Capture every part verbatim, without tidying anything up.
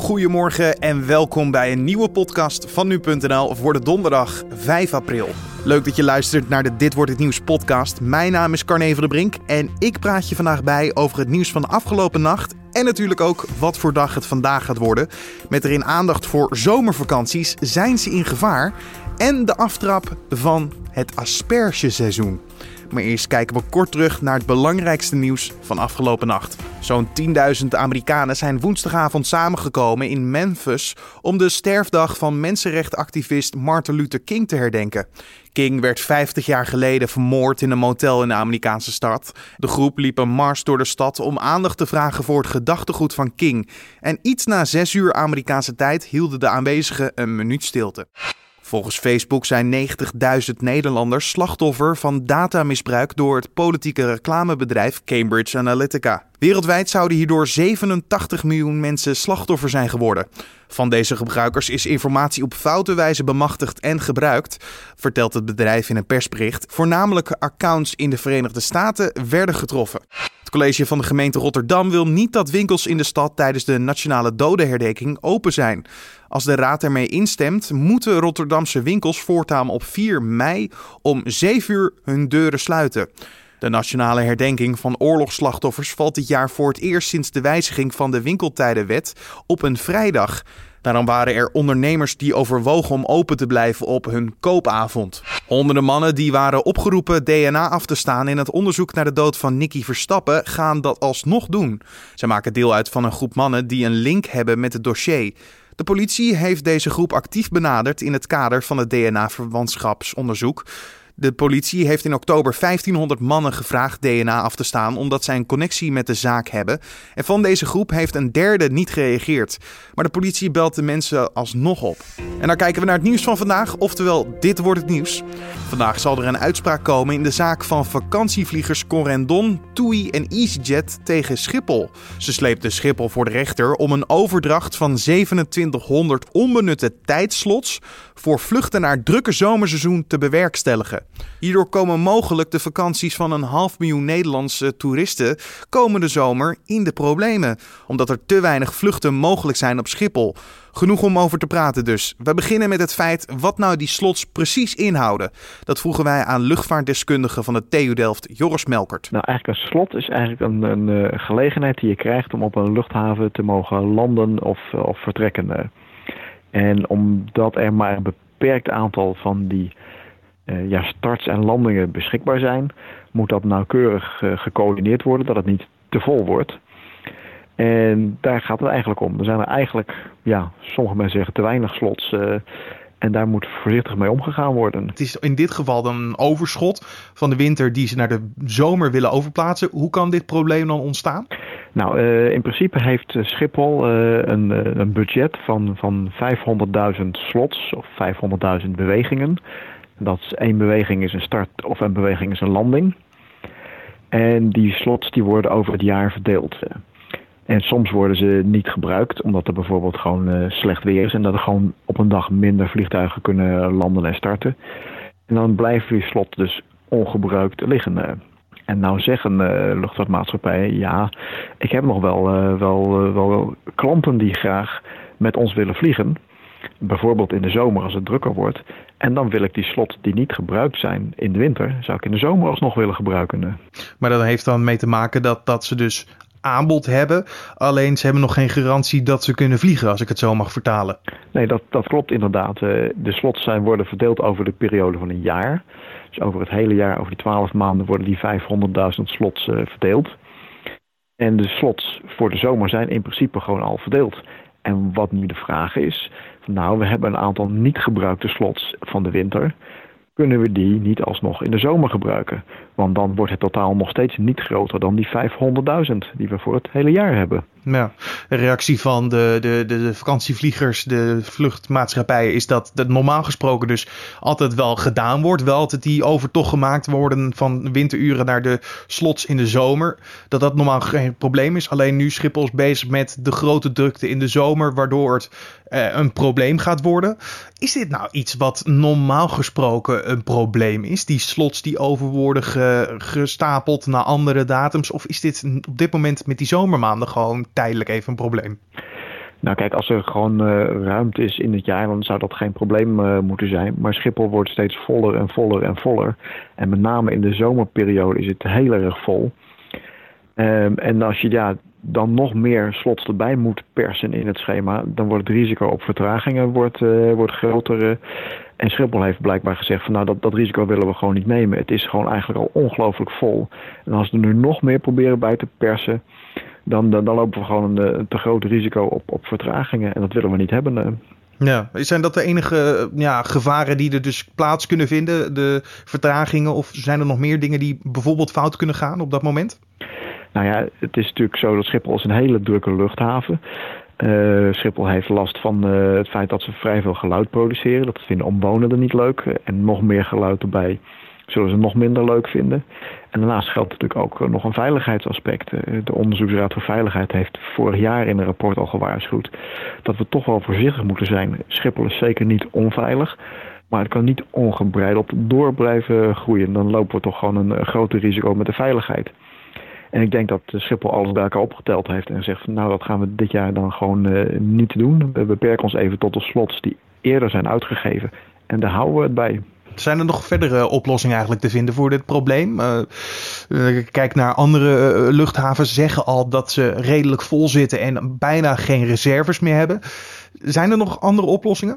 Goedemorgen en welkom bij een nieuwe podcast van nu punt n l voor de donderdag vijf april. Leuk dat je luistert naar de Dit Wordt Het Nieuws podcast. Mijn naam is Carne van der Brink en ik praat je vandaag bij over het nieuws van de afgelopen nacht. En natuurlijk ook wat voor dag het vandaag gaat worden. Met erin aandacht voor zomervakanties, zijn ze in gevaar? En de aftrap van het aspergeseizoen. Maar eerst kijken we kort terug naar het belangrijkste nieuws van afgelopen nacht. Zo'n tienduizend Amerikanen zijn woensdagavond samengekomen in Memphis om de sterfdag van mensenrechtenactivist Martin Luther King te herdenken. King werd vijftig jaar geleden vermoord in een motel in de Amerikaanse stad. De groep liep een mars door de stad om aandacht te vragen voor het gedachtegoed van King. En iets na zes uur Amerikaanse tijd hielden de aanwezigen een minuut stilte. Volgens Facebook zijn negentigduizend Nederlanders slachtoffer van datamisbruik door het politieke reclamebedrijf Cambridge Analytica. Wereldwijd zouden hierdoor zevenentachtig miljoen mensen slachtoffer zijn geworden. Van deze gebruikers is informatie op foute wijze bemachtigd en gebruikt, vertelt het bedrijf in een persbericht. Voornamelijk accounts in de Verenigde Staten werden getroffen. Het college van de gemeente Rotterdam wil niet dat winkels in de stad tijdens de nationale dodenherdenking open zijn. Als de raad ermee instemt, moeten Rotterdamse winkels voortaan op vier mei om zeven uur hun deuren sluiten. De nationale herdenking van oorlogsslachtoffers valt dit jaar voor het eerst sinds de wijziging van de winkeltijdenwet op een vrijdag. Daarom waren er ondernemers die overwogen om open te blijven op hun koopavond. Honderden mannen die waren opgeroepen D N A af te staan in het onderzoek naar de dood van Nicky Verstappen gaan dat alsnog doen. Ze maken deel uit van een groep mannen die een link hebben met het dossier. De politie heeft deze groep actief benaderd in het kader van het D N A-verwantschapsonderzoek. De politie heeft in oktober vijftienhonderd mannen gevraagd D N A af te staan omdat zij een connectie met de zaak hebben. En van deze groep heeft een derde niet gereageerd. Maar de politie belt de mensen alsnog op. En dan kijken we naar het nieuws van vandaag, oftewel dit wordt het nieuws. Vandaag zal er een uitspraak komen in de zaak van vakantievliegers Corendon, TUI en EasyJet tegen Schiphol. Ze sleepten Schiphol voor de rechter om een overdracht van zevenentwintighonderd onbenutte tijdslots voor vluchten naar het drukke zomerseizoen te bewerkstelligen. Hierdoor komen mogelijk de vakanties van een half miljoen Nederlandse toeristen komende zomer in de problemen, omdat er te weinig vluchten mogelijk zijn op Schiphol. Genoeg om over te praten dus. We beginnen met het feit wat nou die slots precies inhouden. Dat vroegen wij aan luchtvaartdeskundige van de T U Delft, Joris Melkert. Nou, eigenlijk een slot is eigenlijk een, een gelegenheid die je krijgt om op een luchthaven te mogen landen of, of vertrekken. En omdat er maar een beperkt aantal van die uh, ja, starts en landingen beschikbaar zijn, moet dat nauwkeurig uh, gecoördineerd worden, dat het niet te vol wordt. En daar gaat het eigenlijk om. Er zijn er eigenlijk, ja, sommige mensen zeggen te weinig slots. Uh, en daar moet voorzichtig mee omgegaan worden. Het is in dit geval dan een overschot van de winter die ze naar de zomer willen overplaatsen. Hoe kan dit probleem dan ontstaan? Nou, uh, in principe heeft Schiphol uh, een, uh, een budget van, van vijfhonderdduizend slots of vijfhonderdduizend bewegingen. Dat is één beweging is een start of een beweging is een landing. En die slots die worden over het jaar verdeeld. En soms worden ze niet gebruikt, omdat er bijvoorbeeld gewoon uh, slecht weer is en dat er gewoon op een dag minder vliegtuigen kunnen landen en starten. En dan blijven die slots dus ongebruikt liggen. En nou zeggen uh, luchtvaartmaatschappijen, ja, ik heb nog wel, uh, wel, uh, wel klanten die graag met ons willen vliegen. Bijvoorbeeld in de zomer als het drukker wordt. En dan wil ik die slots die niet gebruikt zijn in de winter, zou ik in de zomer alsnog willen gebruiken. Maar dat heeft dan mee te maken dat, dat ze dus aanbod hebben. Alleen ze hebben nog geen garantie dat ze kunnen vliegen, als ik het zo mag vertalen. Nee, dat, dat klopt inderdaad. De slots zijn, worden verdeeld over de periode van een jaar. Dus over het hele jaar, over die twaalf maanden, worden die vijfhonderdduizend slots uh, verdeeld. En de slots voor de zomer zijn in principe gewoon al verdeeld. En wat nu de vraag is, nou, we hebben een aantal niet gebruikte slots van de winter. Kunnen we die niet alsnog in de zomer gebruiken? Want dan wordt het totaal nog steeds niet groter dan die vijfhonderdduizend die we voor het hele jaar hebben. Ja, de reactie van de, de, de, de vakantievliegers, de vluchtmaatschappijen, is dat dat normaal gesproken dus altijd wel gedaan wordt. Wel altijd die overtocht gemaakt worden van winteruren naar de slots in de zomer. Dat dat normaal geen probleem is. Alleen nu Schiphol is bezig met de grote drukte in de zomer, waardoor het eh, een probleem gaat worden. Is dit nou iets wat normaal gesproken een probleem is? Die slots die over worden ge, gestapeld naar andere datums? Of is dit op dit moment met die zomermaanden gewoon tijdelijk even een probleem? Nou kijk, als er gewoon uh, ruimte is in het jaar, dan zou dat geen probleem uh, moeten zijn. Maar Schiphol wordt steeds voller en voller en voller. En met name in de zomerperiode is het heel erg vol. Um, en als je ja, dan nog meer slots erbij moet persen in het schema, dan wordt het risico op vertragingen wordt, uh, wordt groter. Uh, en Schiphol heeft blijkbaar gezegd van nou dat, dat risico willen we gewoon niet nemen. Het is gewoon eigenlijk al ongelooflijk vol. En als we er nu nog meer proberen bij te persen, Dan, dan, dan lopen we gewoon een, een te groot risico op, op vertragingen. En dat willen we niet hebben. Ja, zijn dat de enige ja, gevaren die er dus plaats kunnen vinden? De vertragingen? Of zijn er nog meer dingen die bijvoorbeeld fout kunnen gaan op dat moment? Nou ja, het is natuurlijk zo dat Schiphol is een hele drukke luchthaven. Uh, Schiphol heeft last van uh, het feit dat ze vrij veel geluid produceren. Dat vinden omwonenden niet leuk. En nog meer geluid erbij zullen ze nog minder leuk vinden. En daarnaast geldt natuurlijk ook nog een veiligheidsaspect. De Onderzoeksraad voor Veiligheid heeft vorig jaar in een rapport al gewaarschuwd dat we toch wel voorzichtig moeten zijn. Schiphol is zeker niet onveilig, maar het kan niet ongebreideld door blijven groeien. Dan lopen we toch gewoon een groter risico met de veiligheid. En ik denk dat Schiphol alles bij elkaar opgeteld heeft en zegt van nou dat gaan we dit jaar dan gewoon uh, niet doen. We beperken ons even tot de slots die eerder zijn uitgegeven en daar houden we het bij. Zijn er nog verdere oplossingen eigenlijk te vinden voor dit probleem? Uh, uh, kijk naar andere uh, luchthavens, zeggen al dat ze redelijk vol zitten en bijna geen reserves meer hebben. Zijn er nog andere oplossingen?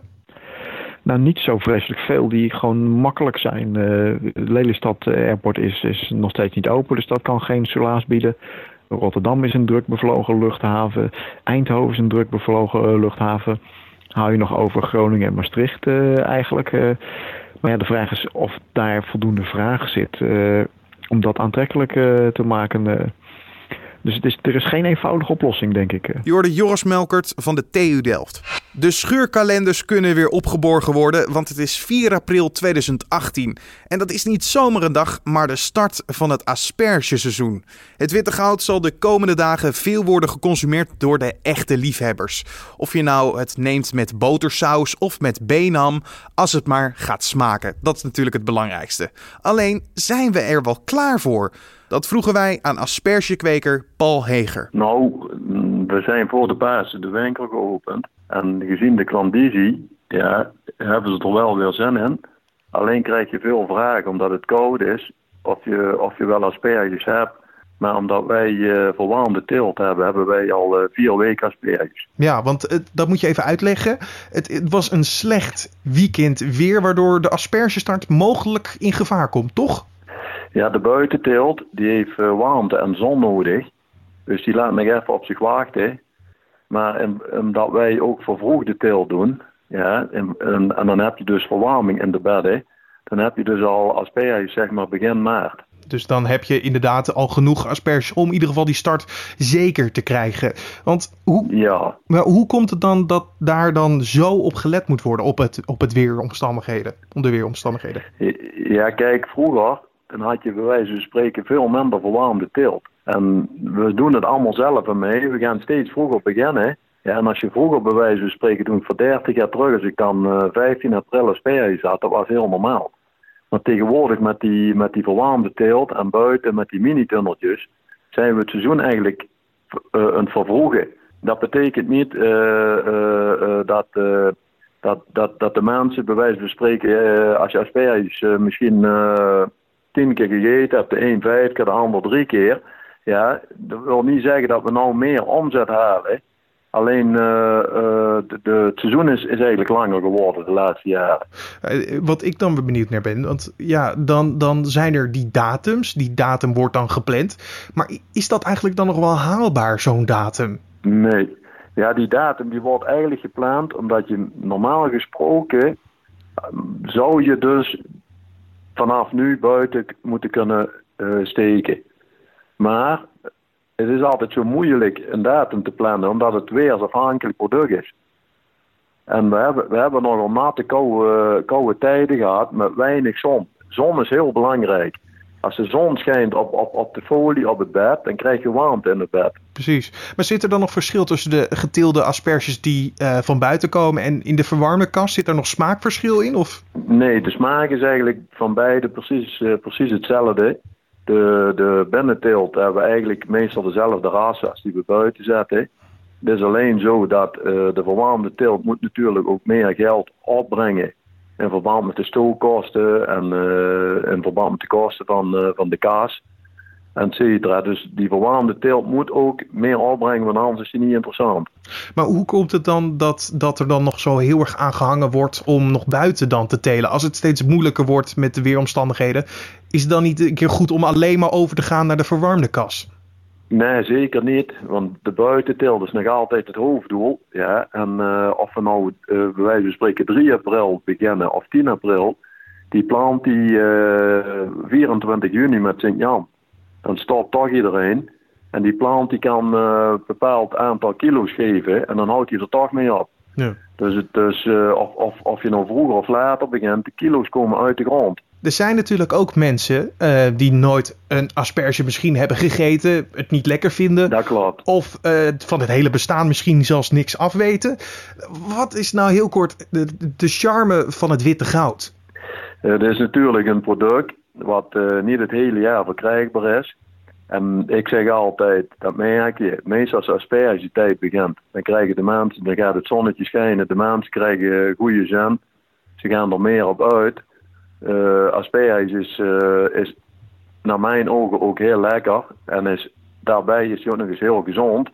Nou, niet zo vreselijk veel die gewoon makkelijk zijn. Uh, Lelystad Airport is, is nog steeds niet open, dus dat kan geen soelaas bieden. Rotterdam is een druk bevlogen luchthaven. Eindhoven is een druk bevlogen luchthaven. Hou je nog over Groningen en Maastricht uh, eigenlijk. Uh, Maar ja, de vraag is of daar voldoende vraag zit uh, om dat aantrekkelijk uh, te maken. Uh. Dus het is, er is geen eenvoudige oplossing, denk ik. Je hoorde Joris Melkert van de T U Delft. De schuurkalenders kunnen weer opgeborgen worden, want het is vier april tweeduizend achttien. En dat is niet zomaar een dag, maar de start van het aspergeseizoen. Het witte goud zal de komende dagen veel worden geconsumeerd door de echte liefhebbers. Of je nou het neemt met botersaus of met beenham, als het maar gaat smaken. Dat is natuurlijk het belangrijkste. Alleen, zijn we er wel klaar voor? Dat vroegen wij aan aspergekweker Paul Heger. Nou, we zijn voor de Pasen de winkel geopend. En gezien de klandizie, ja, hebben ze er wel weer zin in. Alleen krijg je veel vragen omdat het koud is. Of je, of je wel asperges hebt. Maar omdat wij uh, verwarmde teelt hebben, hebben wij al uh, vier weken asperges. Ja, want uh, dat moet je even uitleggen. Het, het was een slecht weekend weer, waardoor de aspergestart mogelijk in gevaar komt, toch? Ja, de buitenteelt die heeft uh, warmte en zon nodig. Dus die laat nog even op zich wachten. Maar in, omdat wij ook vervroegde teelt doen, ja, en, en, en dan heb je dus verwarming in de bedden. Dan heb je dus al asperges, zeg maar, begin maart. Dus dan heb je inderdaad al genoeg asperges om in ieder geval die start zeker te krijgen. Want hoe, ja. maar hoe komt het dan dat daar dan zo op gelet moet worden op het, op het weeromstandigheden, om de weeromstandigheden? Ja, kijk, vroeger dan had je bij wijze van spreken veel minder verwarmde teelt. En we doen het allemaal zelf mee. We gaan steeds vroeger beginnen. Ja, en als je vroeger bij wijze van spreken, toen voor dertig jaar terug, als ik dan uh, vijftien april asperges had, dat was heel normaal. Maar tegenwoordig met die, met die verwarmde teelt en buiten met die mini-tunneltjes, zijn we het seizoen eigenlijk uh, aan het vervroegen. Dat betekent niet uh, uh, uh, dat, uh, dat, dat, dat de mensen bij wijze van spreken, uh, als je asperges uh, misschien uh, tien keer gegeten hebt, de een vijf keer, de ander drie keer. Ja, dat wil niet zeggen dat we nou meer omzet halen. Alleen uh, uh, de, de, het seizoen is, is eigenlijk langer geworden de laatste jaren. Uh, wat ik dan benieuwd naar ben, want ja, dan, dan zijn er die datums. Die datum wordt dan gepland. Maar is dat eigenlijk dan nog wel haalbaar, zo'n datum? Nee. Ja, die datum die wordt eigenlijk gepland omdat je normaal gesproken um, zou je dus vanaf nu buiten moeten kunnen uh, steken. Maar het is altijd zo moeilijk een datum te plannen, omdat het weersafhankelijk product is. En we hebben, we hebben nogal natte koude, koude tijden gehad met weinig zon. Zon is heel belangrijk. Als de zon schijnt op, op, op de folie, op het bed, dan krijg je warmte in het bed. Precies. Maar zit er dan nog verschil tussen de geteelde asperges die uh, van buiten komen en in de verwarmde kast? Zit er nog smaakverschil in? Of? Nee, de smaak is eigenlijk van beide precies, uh, precies hetzelfde. De, de binnenteelt hebben we eigenlijk meestal dezelfde ras als die we buiten zetten. Het is alleen zo dat uh, de verwarmde teelt moet natuurlijk ook meer geld opbrengen in verband met de stookkosten en uh, in verband met de kosten van, uh, van de kaas, et cetera. Dus die verwarmde teelt moet ook meer opbrengen, want anders is die niet interessant. Maar hoe komt het dan dat, dat er dan nog zo heel erg aan gehangen wordt om nog buiten dan te telen? Als het steeds moeilijker wordt met de weeromstandigheden, is het dan niet een keer goed om alleen maar over te gaan naar de verwarmde kas? Nee, zeker niet. Want de buitenteelt is nog altijd het hoofddoel. Ja? En uh, of we nou uh, bij wijze van spreken drie april beginnen of tien april, die plant die uh, vierentwintig juni met Sint-Jan. Dan stopt toch iedereen. En die plant die kan uh, een bepaald aantal kilo's geven en dan houdt hij er toch mee op. Ja. Dus, het, dus uh, of, of, of je nou vroeger of later begint, de kilo's komen uit de grond. Er zijn natuurlijk ook mensen uh, die nooit een asperge misschien hebben gegeten, het niet lekker vinden. Dat klopt. Of uh, van het hele bestaan misschien zelfs niks afweten. Wat is nou heel kort de, de charme van het witte goud? Uh, het is natuurlijk een product wat uh, niet het hele jaar verkrijgbaar is. En ik zeg altijd, dat merk je, meestal als de aspergetijd begint, dan krijgen de mensen, dan gaat het zonnetje schijnen, de mensen krijgen goede zin, ze gaan er meer op uit. Uh, asperge is, uh, is naar mijn ogen ook heel lekker en is, daarbij is hij ook nog eens heel gezond.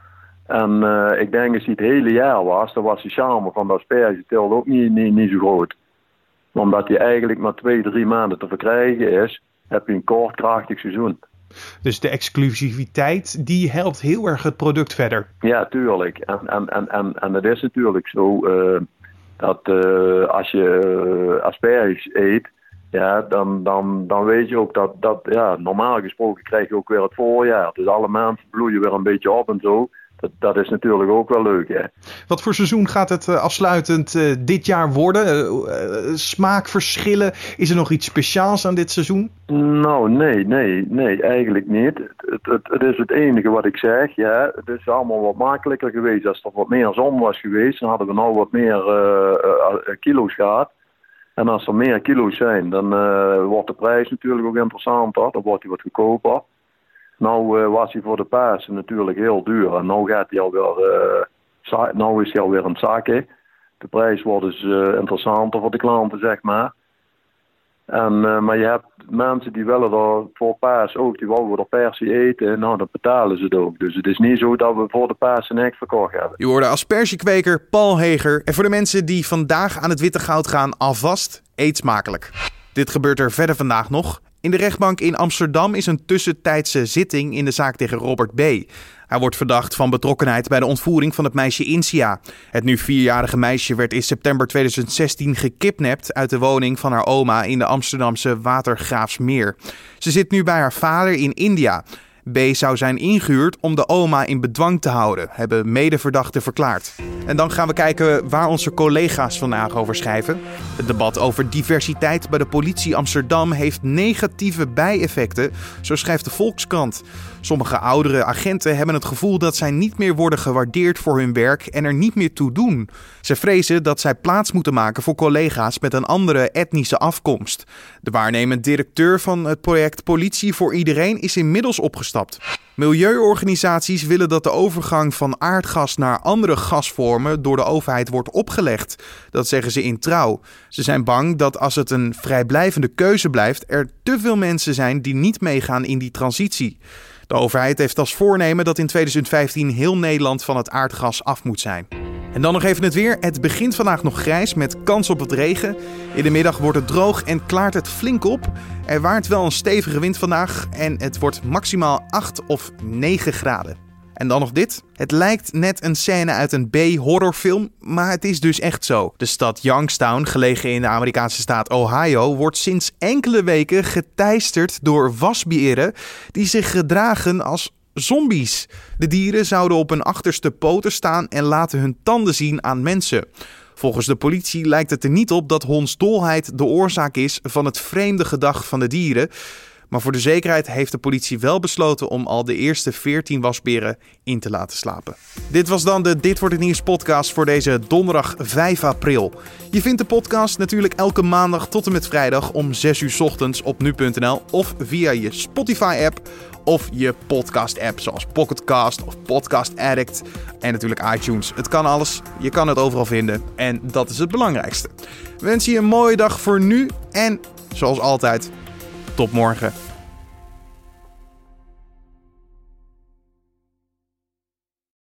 En uh, ik denk als hij het hele jaar was, dan was die charme van de aspergeteelt ook niet, niet, niet zo groot. Omdat hij eigenlijk maar twee, drie maanden te verkrijgen is, heb je een kort, krachtig seizoen. Dus de exclusiviteit, die helpt heel erg het product verder. Ja, tuurlijk. En, en, en, en, en het is natuurlijk zo uh, dat uh, als je uh, asperges eet, ja, dan, dan, dan weet je ook dat, dat ja, normaal gesproken krijg je ook weer het voorjaar. Dus alle maanden bloeien weer een beetje op en zo. Dat, dat is natuurlijk ook wel leuk, hè. Wat voor seizoen gaat het uh, afsluitend uh, dit jaar worden? Uh, uh, smaakverschillen? Is er nog iets speciaals aan dit seizoen? Nou, nee, nee, nee, eigenlijk niet. Het, het, het is het enige wat ik zeg, ja. Het is allemaal wat makkelijker geweest. Als er wat meer zon was geweest, dan hadden we nou wat meer uh, uh, kilo's gehad. En als er meer kilo's zijn, dan uh, wordt de prijs natuurlijk ook interessanter. Dan wordt hij wat goedkoper. Nou uh, was hij voor de Pasen natuurlijk heel duur. En nou gaat hij alweer, uh, za- nou is hij alweer een zakken. De prijs wordt dus uh, interessanter voor de klanten, zeg maar. En, uh, maar je hebt mensen die willen er voor Pasen ook, die willen er per se eten. Nou, dan betalen ze het ook. Dus het is niet zo dat we voor de Pasen niks verkocht hebben. Je hoorde aspergekweker Paul Heger. En voor de mensen die vandaag aan het witte goud gaan, alvast eet smakelijk. Dit gebeurt er verder vandaag nog. In de rechtbank in Amsterdam is een tussentijdse zitting in de zaak tegen Robert B. Hij wordt verdacht van betrokkenheid bij de ontvoering van het meisje Insia. Het nu vierjarige meisje werd in september tweeduizend zestien gekidnapt uit de woning van haar oma in de Amsterdamse Watergraafsmeer. Ze zit nu bij haar vader in India. B zou zijn ingehuurd om de oma in bedwang te houden, hebben medeverdachten verklaard. En dan gaan we kijken waar onze collega's vandaag over schrijven. Het debat over diversiteit bij de politie Amsterdam heeft negatieve bijeffecten, zo schrijft de Volkskrant. Sommige oudere agenten hebben het gevoel dat zij niet meer worden gewaardeerd voor hun werk en er niet meer toe doen. Ze vrezen dat zij plaats moeten maken voor collega's met een andere etnische afkomst. De waarnemend directeur van het project Politie voor Iedereen is inmiddels opgestapt. Milieuorganisaties willen dat de overgang van aardgas naar andere gasvormen door de overheid wordt opgelegd. Dat zeggen ze in Trouw. Ze zijn bang dat als het een vrijblijvende keuze blijft, er te veel mensen zijn die niet meegaan in die transitie. De overheid heeft als voornemen dat in tweeduizend vijftien heel Nederland van het aardgas af moet zijn. En dan nog even het weer. Het begint vandaag nog grijs met kans op wat regen. In de middag wordt het droog en klaart het flink op. Er waait wel een stevige wind vandaag en het wordt maximaal acht of negen graden. En dan nog dit. Het lijkt net een scène uit een B-horrorfilm, maar het is dus echt zo. De stad Youngstown, gelegen in de Amerikaanse staat Ohio, wordt sinds enkele weken geteisterd door wasberen die zich gedragen als zombies. De dieren zouden op hun achterste poten staan en laten hun tanden zien aan mensen. Volgens de politie lijkt het er niet op dat hondsdolheid de oorzaak is van het vreemde gedrag van de dieren. Maar voor de zekerheid heeft de politie wel besloten om al de eerste veertien wasberen in te laten slapen. Dit was dan de Dit Wordt Het Nieuws podcast voor deze donderdag vijf april. Je vindt de podcast natuurlijk elke maandag tot en met vrijdag om zes uur 's ochtends op nu punt n l of via je Spotify-app of je podcast-app zoals Pocketcast of Podcast Addict en natuurlijk iTunes. Het kan alles, je kan het overal vinden en dat is het belangrijkste. We wensen je een mooie dag voor nu en zoals altijd, tot morgen.